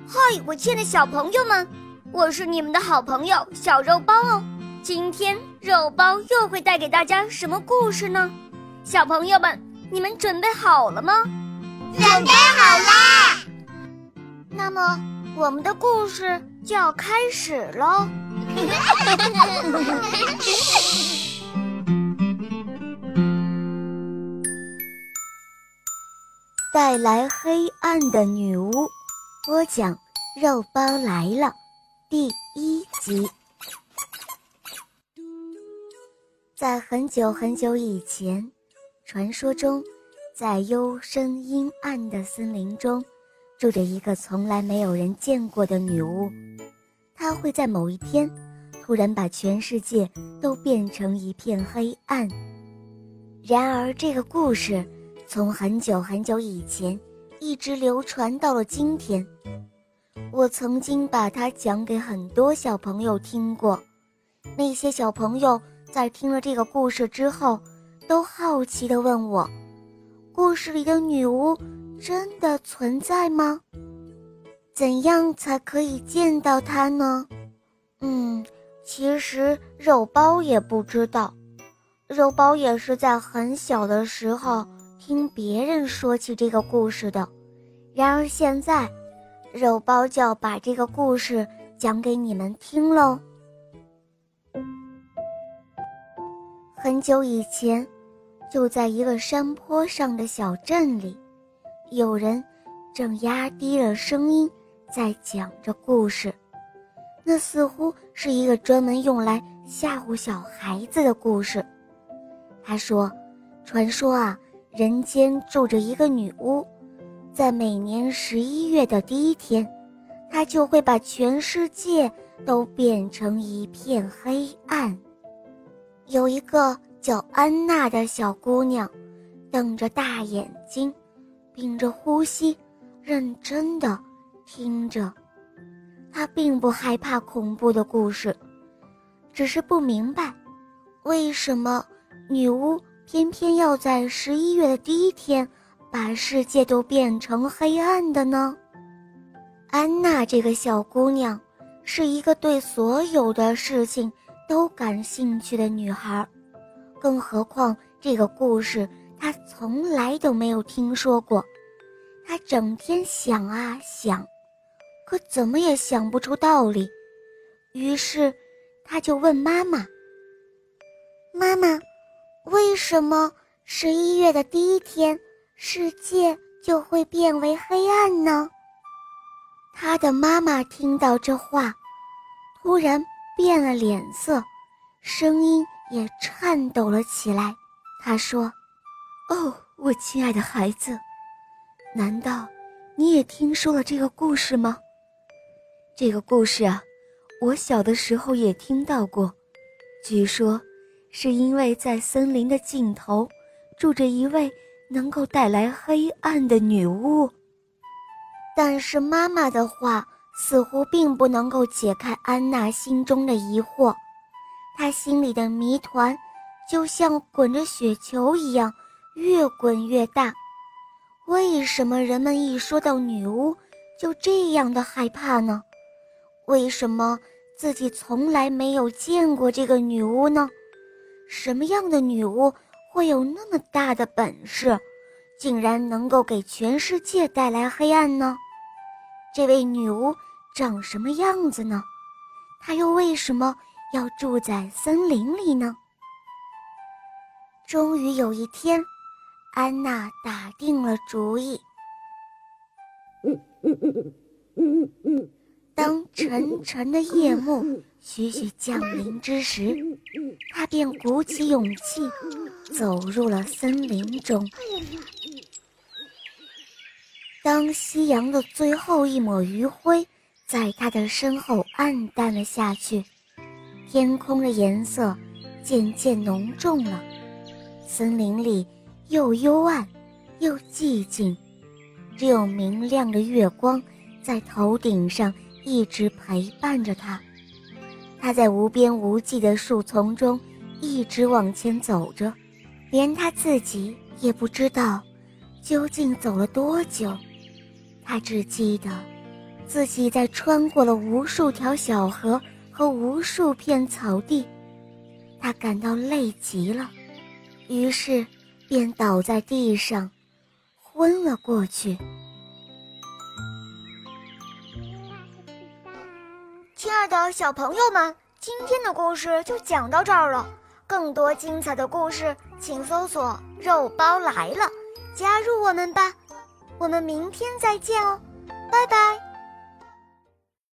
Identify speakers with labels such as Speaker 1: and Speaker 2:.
Speaker 1: 嗨，我亲爱的小朋友们，我是你们的好朋友小肉包哦。今天肉包又会带给大家什么故事呢？小朋友们，你们准备好了吗？
Speaker 2: 准备好啦！
Speaker 1: 那么我们的故事就要开始咯。带来黑暗的女巫，播讲肉包来了，第1集。在很久很久以前，传说中，在幽深阴暗的森林中，住着一个从来没有人见过的女巫。她会在某一天，突然把全世界都变成一片黑暗。然而这个故事从很久很久以前一直流传到了今天。我曾经把它讲给很多小朋友听过，那些小朋友在听了这个故事之后，都好奇地问我，故事里的女巫真的存在吗？怎样才可以见到她呢？其实肉包也不知道，肉包也是在很小的时候听别人说起这个故事的。然而现在，肉包就要把这个故事讲给你们听喽。很久以前，就在一个山坡上的小镇里，有人正压低了声音在讲着故事。那似乎是一个专门用来吓唬小孩子的故事。他说，传说啊，人间住着一个女巫，在每年11月的第一天，她就会把全世界都变成一片黑暗。有一个叫安娜的小姑娘，瞪着大眼睛，屏着呼吸，认真地听着。她并不害怕恐怖的故事，只是不明白，为什么女巫偏偏要在11月的第一天把世界都变成黑暗的呢？安娜这个小姑娘是一个对所有的事情都感兴趣的女孩，更何况这个故事她从来都没有听说过。她整天想啊想，可怎么也想不出道理。于是她就问妈妈，妈妈，为什么11月的第一天世界就会变为黑暗呢？她的妈妈听到这话，突然变了脸色，声音也颤抖了起来。她说，哦，我亲爱的孩子，难道你也听说了这个故事吗？这个故事啊，我小的时候也听到过。据说是因为在森林的尽头住着一位能够带来黑暗的女巫。但是妈妈的话似乎并不能够解开安娜心中的疑惑，她心里的谜团就像滚着雪球一样越滚越大。为什么人们一说到女巫就这样的害怕呢？为什么自己从来没有见过这个女巫呢？什么样的女巫会有那么大的本事，竟然能够给全世界带来黑暗呢？这位女巫长什么样子呢？她又为什么要住在森林里呢？终于有一天，安娜打定了主意。当沉沉的夜幕徐徐降临之时，她便鼓起勇气走入了森林中。当夕阳的最后一抹余晖在她的身后暗淡了下去，天空的颜色渐渐浓重了，森林里又幽暗又寂静，只有明亮的月光在头顶上一直陪伴着她。她在无边无际的树丛中一直往前走着，连她自己也不知道究竟走了多久。她只记得自己在穿过了无数条小河和无数片草地，他感到累极了，于是便倒在地上昏了过去。
Speaker 3: 亲爱的小朋友们，今天的故事就讲到这儿了。更多精彩的故事，请搜索“肉包来了”，加入我们吧。我们明天再见哦，拜拜。